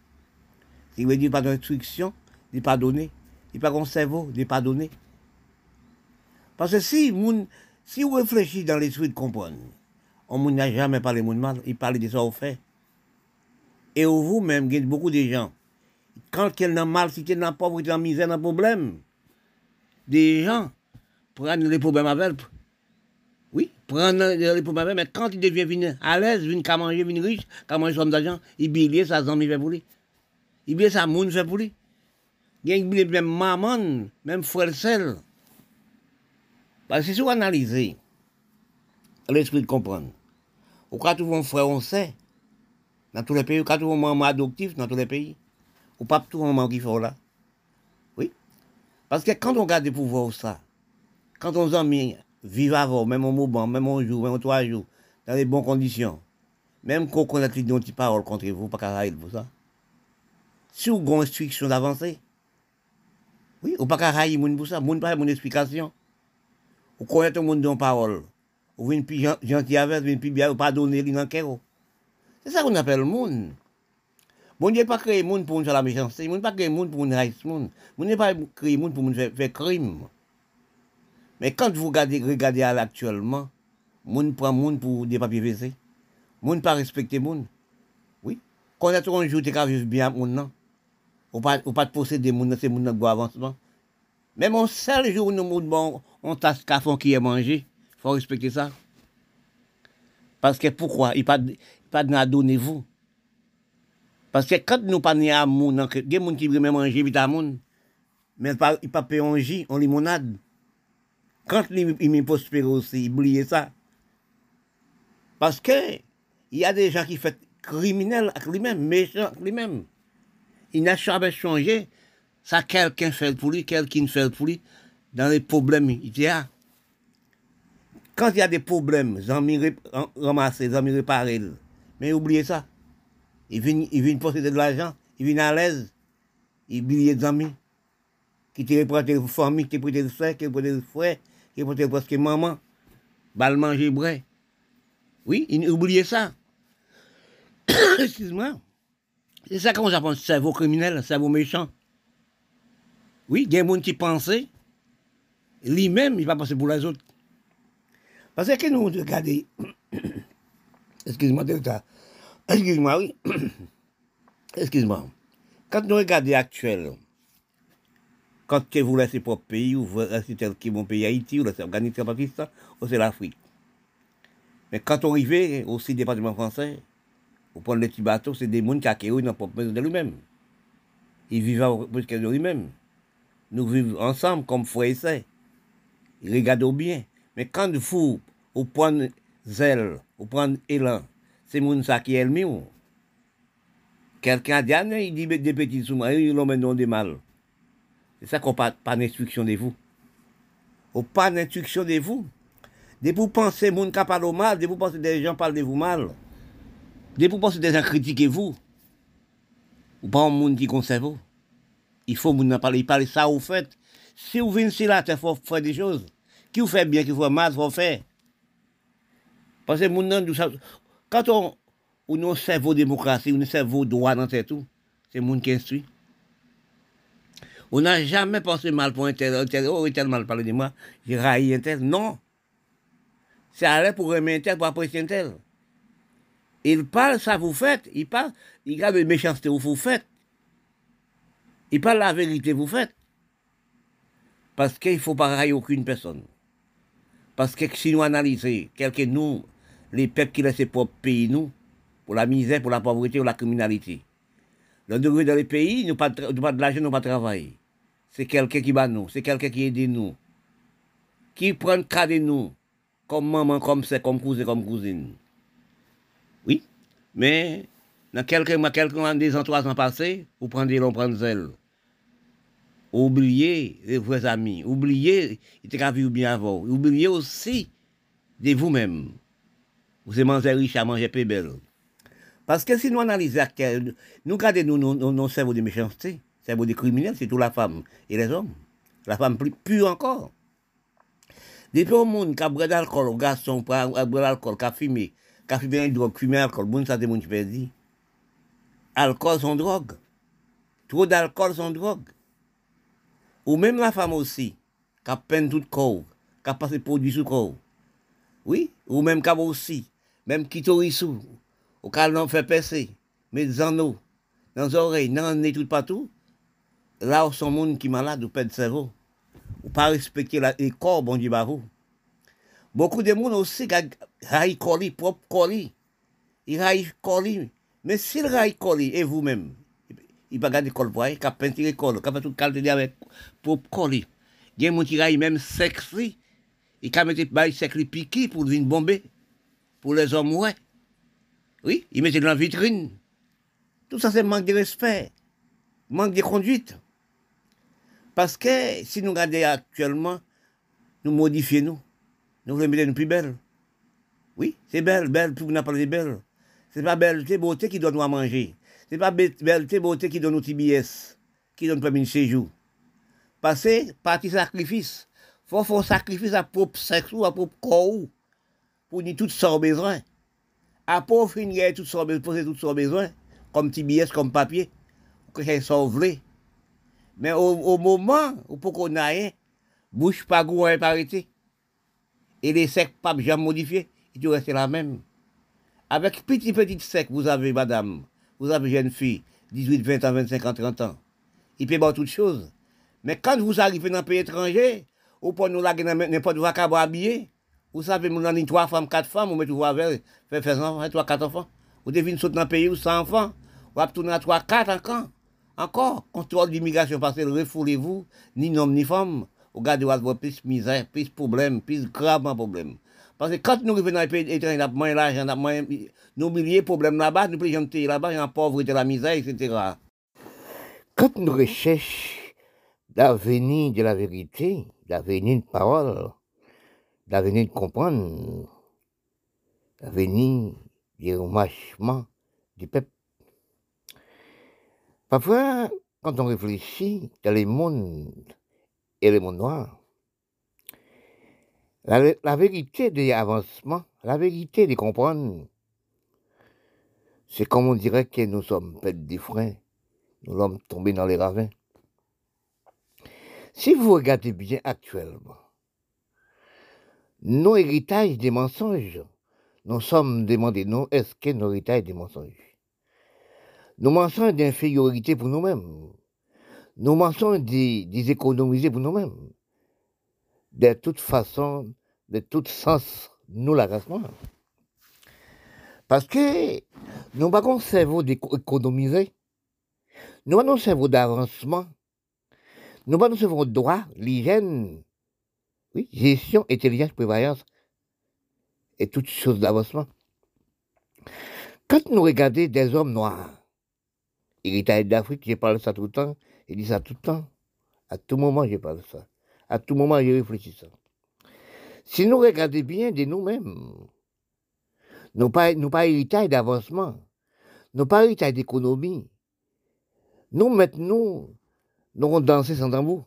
Il veut dire pas d'instruction, il pas donné. Il pas qu'on cerveau, il pas donné. Parce que si, moun, si vous réfléchissez dans l'esprit de comprendre, on n'a jamais parlé de mal, il parle de ça au fait. Et vous-même, il y a beaucoup de gens, quand ils ont mal, si ils ont pauvreté, dans misère, dans problème, des gens prennent les problèmes avec. Oui, prennent les problèmes avec, mais quand ils deviennent à l'aise, ils viennent manger, ils viennent riches, ils mangent somme d'argent, ils billent, ça, ça, ils fait pour lui. Ils billent, ça, moun fait pour lui. Il y a même maman, même frère sel. Parce que si vous analysez l'esprit de comprendre, au cas où on frère, on sait, dans tous les pays, au cas où on maman adoptif, dans tous les pays, ou pas tout le monde qui fait là. Oui. Parce que quand on regarde les pouvoirs, ça, quand on amis vivent avant, même au moment, même un jour, même en trois jours, dans les bonnes conditions, même qu'on connaît les dons qui parlent contre vous, pas qu'à pour ça. Si vous avez une instruction d'avancer, oui, ou pas qu'à railler pour ça, moun pas mon explication. Vous connaissez tout le monde dans parole. Vous venez plus gentil avec, vous venez plus bien, vous pas donner l'un dans. C'est ça qu'on appelle le monde. Bon Dieu pas créé le monde pour nous faire la méchanceté, il n'a pas créé le monde pour nous haïr le monde. Il n'a pas créé le monde pour nous faire, faire crime. Mais quand vous regardez, regardez actuellement, le monde prend le monde pour des papiers W C. Le monde pas respecter le monde. Oui. Quand on a tout un jour, tu as vivre bien le monde. Ou pas, ou pas de posséder le monde, c'est le monde qui a avancement. Même un seul jour où nous bon, on tasse café qui est mangé, il faut respecter ça. Parce que pourquoi? Il n'y a pas de donner vous. Parce que quand nous pas à amour, il y a des gens qui veulent manger vitamines, mais il ne pas payer un jus, en limonade. Quand il, il prospère aussi, oubliez ça. Parce que il y a des gens qui font criminels avec lui-même, méchants avec lui-même. Il n'a jamais changé. Ça, quelqu'un fait pour lui, quelqu'un fait pour lui. Dans les problèmes, il y a. Quand il y a des problèmes, les amis ramasser, les amis réparer. Mais oubliez ça. Il vient, il vient posséder de l'argent, il vient à l'aise. Il oublie les amis. Qui te représente les familles, qui te prête les frères, qui te prête les frères, qui te prête presque maman. Bal manger brais. Oui, il oubliez ça. Excuse-moi. C'est ça qu'on appelle cerveau criminel, cerveau méchant. Oui, il y a des gens qui pensent, lui-même, il va passer pour les autres. Parce que nous, regardez, excuse-moi, excuse-moi, oui, excuse-moi. Quand nous regardons actuel, quand vous laissez votre pays, ou vous laissez tel qui est mon pays Haïti, ou laissez Afghanistan, Pakistan, ou c'est l'Afrique. Mais quand on arrive aussi département français, vous prenez les petits bateaux, c'est des gens qui accueillent dans la maison de lui-même. Ils vivent plus que de lui-même. Nous vivons ensemble comme frères et sœurs. Ils regardent bien. Mais quand vous, vous prenez zèle, vous prenez élan, c'est moun ça qui est le mieux. Quelqu'un a dit, ah non, il dit des petits sous-marins, ils l'ont maintenant des mal. C'est ça qu'on n'a pas d'instruction de vous. On n'a pas d'instruction de vous. Dès que vous pensez moun qui parle mal, dès que vous pensez des gens parlent de vous mal, dès que vous pensez des gens critiquent vous, ou pas un monde qui conserve. Il faut moun en parler, il parle ça vous faites. Si vous venez ici là, il faut faire des choses. Qui vous fait bien, qui vous fait mal, il faut faire. Parce que moun quand on on a un cerveau démocratie, on a un cerveau droit dans tout, c'est moun qui instruit. On n'a jamais pensé mal pour un tel, un tel, oh, il tel mal parlé de moi, j'ai raillé un tel. Non. C'est aller pour aimer un tel, pour apprécier un tel. Il parle, ça vous faites. Il parle, il garde la méchanceté, vous faites. Il parle la vérité, vous faites. Parce qu'il ne faut pas railler aucune personne. Parce que si nous analysons, quelques nous, les peuples qui laissent leur propre pays, nous, pour la misère, pour la pauvreté, pour la criminalité. Le degré dans les pays, nous pas de, pas de l'argent, nous pas de travail. C'est quelqu'un qui bat nous, c'est quelqu'un qui aide nous, qui prend cas de nous, comme maman, comme c'est, comme cousin, comme cousine. Oui, mais dans quelques mois, quelques mois, deux ans, trois ans passés, vous prenez l'on prend zèle. Oubliez les vrais amis, oubliez, il était qu'à vivre bien avant, oubliez aussi de vous-même. Vous avez mangé riche à manger peu belle. Parce que si nous analysons, nous regardons nos, nos, nos cerveaux de méchanceté, cerveaux de criminels, c'est tout la femme et les hommes. La femme plus pure encore. Depuis au monde qui a bu d'alcool, au garçon, qui a bu d'alcool, qui a fumé, qui a fumé une drogue, fumé alcool, bon, ça c'est mon dit. Alcool, son drogue. Trop d'alcool, son drogue. Ou même la femme aussi, qui a peine tout corps, qui a passé produit sous corps. Oui, ou même qui a aussi, même qui t'aurait sous. Au cas où on fait percer, mais dans eau, dans les oreilles, dans le nez, tout partout, là où sont gens qui sont malades, ou perdent le cerveau, ou pas respecter les corps, bon Dieu, bah vous. Beaucoup de gens aussi qui raillent colis, propre colis. Ils raillent colis. Mais s'ils raillent colis, et vous-même, ils ne peuvent pas garder col pour aller, ils peuvent tirer col, ils peuvent tout calmer avec propre colis. Il y a des gens qui raillent même sexy, ils peuvent mettre des sexy piqués pour venir bomber, pour les hommes, ouais. Oui, ils mettent dans la vitrine. Tout ça, c'est manque de respect, manque de conduite. Parce que si nous regardons actuellement, nous modifions nous. Nous voulons mettre nous plus belles. Oui, c'est belle, belle, pour nous parler de belle. C'est pas belle, c'est beauté qui donne nous à manger. C'est pas belle, c'est beauté qui donne nous T B S, qui donne permis de séjour. Parce que, partie sacrifice, il faut faire un sacrifice à propre sexe ou à propre corps pour nous tout ça besoin. À pauvre finir tout ça besoin, poser tout ça besoin, comme T B S, comme papier, que ça sauve. Mais au, au moment où pour qu'on aille, bouche pas goût à arrêter. Et les secs pas jamais modifiés, ils doivent rester la même. Avec petit petit sec, vous avez madame, vous avez jeune fille, dix-huit, vingt ans, vingt-cinq ans, trente ans. Il peut boire toutes choses. Mais quand vous arrivez dans un pays étranger, ou pour nous laguer n'importe où à habiller, vous savez, nous avons trois femmes, quatre femmes, vous mettez vous avec, faire faire enfants, trois, quatre enfants. Vous devez sauter dans un pays où sans enfants, vous avez tourner à trois, quatre encore. Encore, contrôle d'immigration, parce que refoulez-vous, ni homme ni femme, regardez, on va voir plus misère, plus problème, plus gravement problème. Parce que quand nous revenons dans les pays étrangers, nous avons moins l'argent, nous avons moins, nous milliers de problèmes là-bas, nous plus de là-bas, il y a la pauvreté, la misère, et cetera. Quand nous recherchons l'avenir de la vérité, l'avenir de parole, l'avenir de comprendre, l'avenir du remachement du peuple. Parfois, quand on réfléchit dans les mondes et les mondes noirs, la, la vérité des avancements, la vérité de comprendre, c'est comme on dirait que nous sommes perdus des freins, nous sommes tombés dans les ravins. Si vous regardez bien actuellement, nos héritages des mensonges, nous sommes demandés, nous, est-ce que nos héritages des mensonges? Nos mensonges d'infériorité pour nous-mêmes, nos mensonges d'économiser pour nous-mêmes. De toute façon, de tout sens, nous la race noire. Parce que nous n'avons pas un cerveau d'économiser, nous avons un cerveau d'avancement, nous avons un cerveau de droit, l'hygiène, oui, gestion, intelligence, prévoyance et toutes choses d'avancement. Quand nous regardons des hommes noirs, héritage d'Afrique, je parle de ça tout le temps, je dis ça tout le temps, à tout moment je parle de ça, à tout moment je réfléchis ça. Si nous regardons bien de nous-mêmes, nous pas, nous pas héritage d'avancement, nous pas héritage d'économie, nous maintenant, nous avons dansé sans tambour.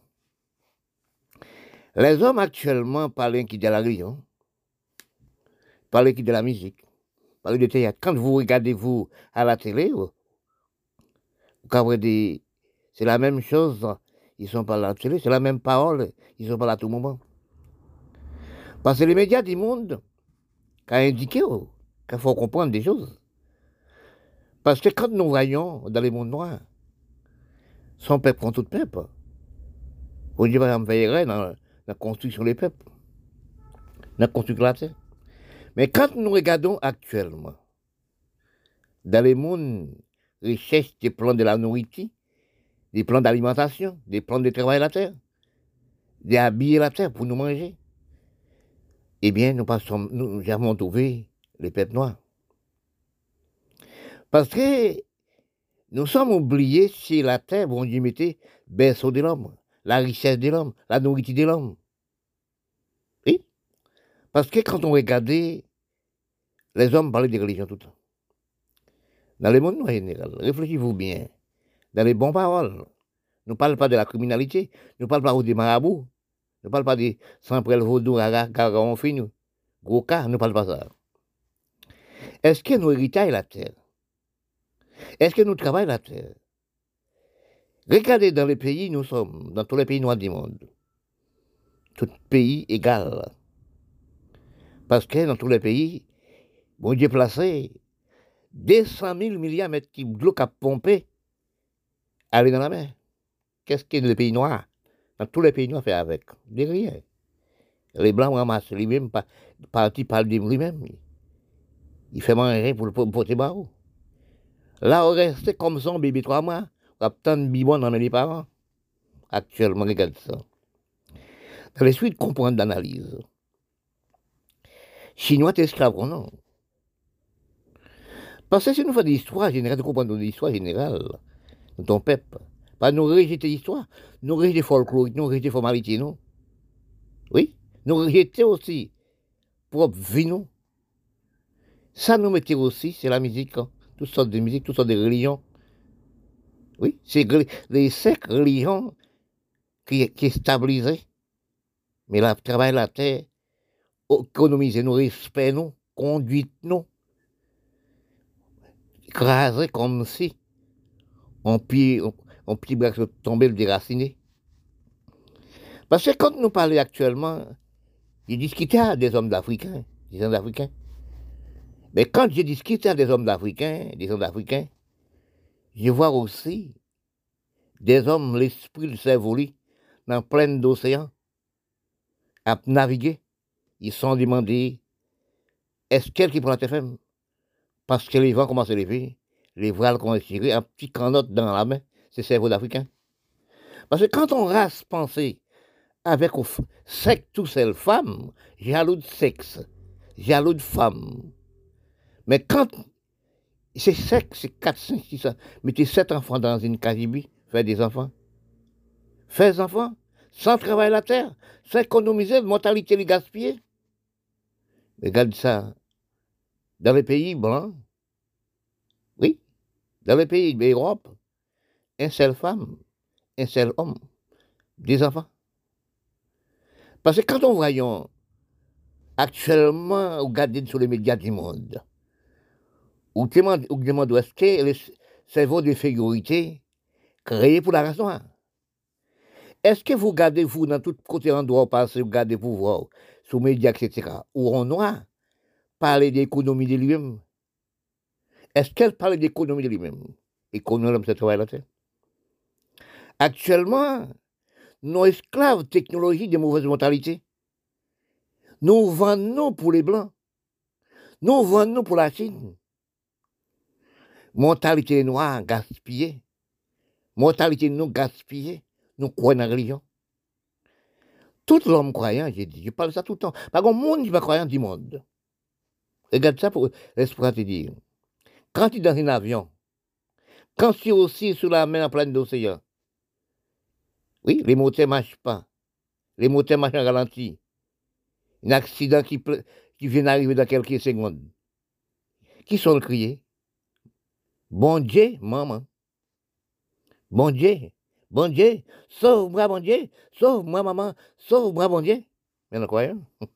Les hommes actuellement parlent qui de la religion, parlent qui de la musique, parlent de théâtre. Quand vous regardez vous à la télé, vous, vous des, c'est la même chose, ils sont pas à la télé, c'est la même parole, ils sont pas là à tout moment. Parce que les médias du monde, qui ont indiqué qu'il faut comprendre des choses. Parce que quand nous voyons dans les mondes noirs, son peuple prend tout peuple. On dit, par exemple, dans la construction des peuples, dans la construction de la terre. Mais quand nous regardons actuellement, dans les mondes, recherche des plans de la nourriture, des plans d'alimentation, des plans de travail de la terre, d'habiller la terre pour nous manger, eh bien, nous, passons, nous avons trouvé les peuples noirs. Parce que nous sommes oubliés si la terre, bon Dieu, mettait berceau de l'homme, la richesse de l'homme, la nourriture de l'homme. Oui? Parce que quand on regardait, les hommes parlaient des religions tout le temps. Dans le monde noir général, réfléchissez-vous bien. Dans les bonnes paroles, nous ne parlons pas de la criminalité, nous ne parlons pas des marabouts, nous ne parlons pas des sans-prêle vaudou, garon fin, gros cas, nous ne parlons pas de ça. Est-ce que nous héritons la terre? Est-ce que nous travaillons la terre? Regardez dans les pays, nous sommes, dans tous les pays noirs du monde, tout pays égal. Parce que dans tous les pays, bon Dieu placé deux cent mille milliards de mètres cubes d'eau qui a pompé, aller dans la mer. Qu'est-ce que les pays noirs? Dans tous les pays noirs, fait avec? De rien. Les blancs ramassent lui-même, parti par lui-même. Il fait manger pour le porter barreau. Là, on reste comme ça, bébé trois mois, on a tant de bibons dans les parents. Actuellement, regarde ça. Dans les suites, comprendre l'analyse. Chinois, t'es esclave, non? Parce que si nous faisons de l'histoire générale, nous comprenons l'histoire générale de ton peuple. Pas nous rejeter l'histoire, nous rejeter folklore, nous rejeter formalité, non? Oui? Nous rejeter aussi propre vie, non? Ça nous mettait aussi, c'est la musique, hein? Toutes sortes de musique, toutes sortes de religions. Oui, c'est les cinq religions qui, qui est stabilisée. Mais le travail la terre, économiser nos respects, nous, conduite, nous. Écraser comme si on pied, on, on pied bras tomber le déraciné. Parce que quand nous parlons actuellement, j'ai discuté avec des hommes d'Africains, des hommes d'Africains. Mais quand j'ai discuté avec des hommes d'Africains, des hommes d'Africains, je vois aussi des hommes, l'esprit, le cerveau, dans plein d'océans, à naviguer. Ils sont demandés, est-ce qu'elle qui prend la T F M? Parce que les vents commencent à lever, les voiles commencent à tirer, un petit canotte dans la main, c'est le cerveau d'Africain. Parce que quand on rase penser avec un f- sexe tout seul femme, jaloux de sexe, jaloux de femme. Mais quand c'est sexe, c'est quatre, cinq, six, mettez sept enfants dans une Caribie, faire des enfants. Faire des enfants, sans travailler la terre, sans économiser, mortalité les gaspiller. Regarde ça. Dans les pays blancs, oui, dans les pays d'Europe, une seule femme, un seul homme, des enfants. Parce que quand on voyons actuellement, regarder sur les médias du monde, ou demande, ou demande est-ce que le cerveau de figurité créé pour la race noire. Est-ce que vous gardez, vous, dans tout côté endroit où passez, vous gardez pour voir, sur les médias, et cetera, où on noir, parler d'économie de lui-même? Est-ce qu'elle parle d'économie de lui-même? Économie, l'homme, c'est travail la terre. Actuellement, nos esclaves, technologie de mauvaise mentalité, nous vendons pour les Blancs, nous vendons pour la Chine. Mentalité noire gaspillée, mentalité nous gaspillée, nous croyons dans la religion. Tout l'homme croyant, j'ai dit, je parle ça tout le temps. Par contre, le monde n'est pas croyant du monde. Regarde ça pour l'espoir te dire. Quand tu es dans un avion, quand tu es aussi sur la mer en plein d'océan, oui, les moteurs ne marchent pas. Les moteurs marchent en ralenti. Un accident qui, qui vient d'arriver dans quelques secondes. Qui sont le crier? Bon Dieu, maman. Bon Dieu, bon Dieu, sauve-moi, bon Dieu, sauve-moi, maman, sauve-moi, bon Dieu. Mais non, croyant.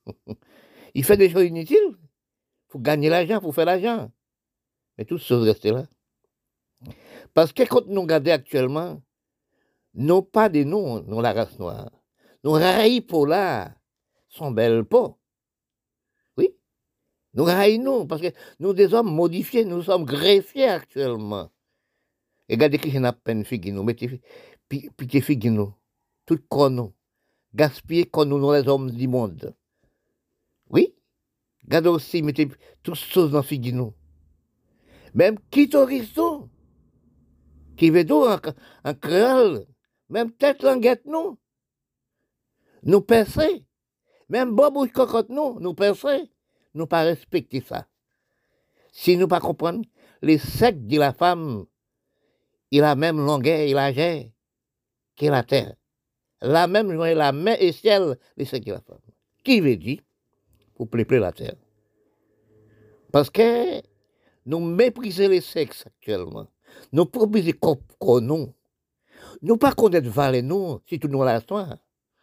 Il fait des choses inutiles. Il faut gagner l'argent, il faut faire l'argent. Mais tout ça reste là. Parce que quand nous regardons actuellement, non pas des noms, non la race noire. Nos rails pour là sont belles pas. Oui. Nous rails nous, parce que nous des hommes modifiés, nous sommes greffiers actuellement. Regardez qui j'ai peine figue nous, mettez piquez figue nous, tout comme nous, gaspiller comme nous, nous les hommes du monde. Oui. Regardez aussi, mettez toutes choses dans figue nous. Même Kitoristo, qui veut dire en, en créole, même tête languette nous, nous percer, même bobouche cocotte nous, nous percer, nous pas respecter ça. Si nous pas comprendre, les sexes de la femme, il a même longueur et largeur que la terre. La même journée, la main et ciel, les sexes de la femme. Qui veut dire, pour peupler la terre. Parce que nous méprisons les sexes actuellement. Nous proposons qu'on nous. Nous pas connaître valeur nous, si tout nous la histoire.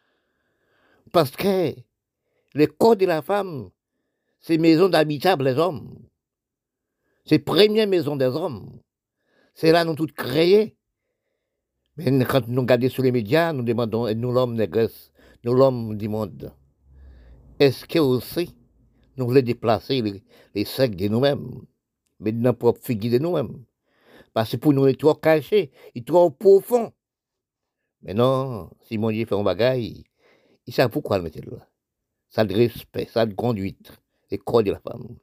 Parce que le corps de la femme, c'est maison d'habitable des hommes. C'est première maison des hommes. C'est là nous tous créés. Mais quand nous regardons sur les médias, nous demandons, et nous l'homme négresse, nous l'homme du monde, est-ce que aussi nous voulons déplacer les, les sexes de nous-mêmes, mais de notre propre figure de nous-mêmes? Parce que pour nous, il est trop caché, il est trop profond. Mais non, si mon Dieu fait un bagaille, il sait pourquoi le mettre là. Ça de respect, ça de conduite, le corps de la femme.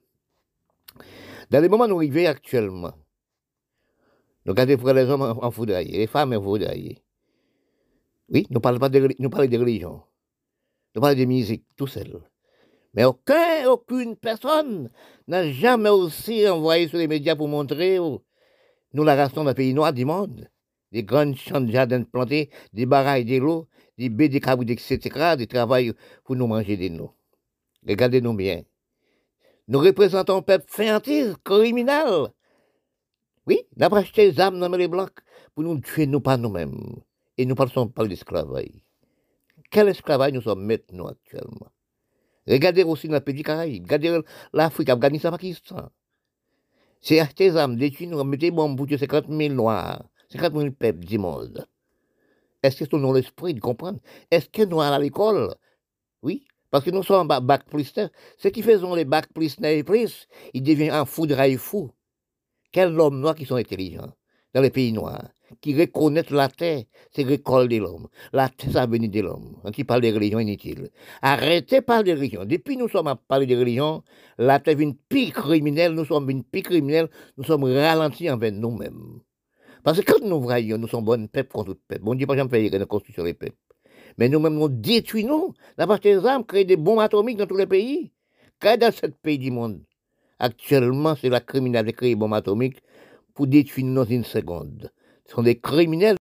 Dans les moments où nous vivons actuellement, nous regardons pour les hommes en foudroyés, les femmes en foudroyées. Oui, nous ne parlons pas de, nous parlons de religion, nous parlons de musique, tout seul. Mais aucun, aucune personne n'a jamais aussi envoyé sur les médias pour montrer où nous la race dans le pays noir du monde. Des grands champs de jardins plantés, des barailles de l'eau, des baies, des cabouts, et cetera, des travail pour nous manger de nous. Regardez-nous bien. Nous représentons un peuple féantise, criminel. Oui, nous avons acheté des armes dans les blancs pour nous tuer, nous pas nous-mêmes. Et nous ne parlons pas d'esclavage. Quel esclavage nous sommes maintenant actuellement? Regardez aussi dans le pays du Caraïbe, regardez l'Afrique, Afghanistan, Pakistan. C'est acheter des armes, détruire, nous mettez bombes pour tuer cinquante mille noirs, cinquante mille peuples du monde. Est-ce que c'est dans l'esprit de comprendre? Est-ce que nous allons à l'école? Oui, parce que nous sommes en bac plus. Ceux qui faisons les bacs plus et plus, ils deviennent un fou de rail fou. Quels hommes noirs qui sont intelligents dans les pays noirs, qui reconnaissent la terre, c'est l'école de l'homme. La terre, ça vient de l'homme. On qui parle de religion inutile. Arrêtez de parler de religion. Depuis que nous sommes à parler de religion, la terre est une pire criminelle, nous sommes une pire criminelle, nous sommes ralentis envers nous-mêmes. Parce que quand nous voyons, nous sommes bons peuple contre tout peuple. Bon Dieu, pas jamais faire une constitution des peuples. Mais nous-mêmes, nous détruisons. Nous avons acheté des armes, créé des bombes atomiques dans tous les pays. Car dans sept pays du monde, actuellement, c'est la criminalité qui crée des bombes atomiques pour détruire dans une seconde. Ce sont des criminels.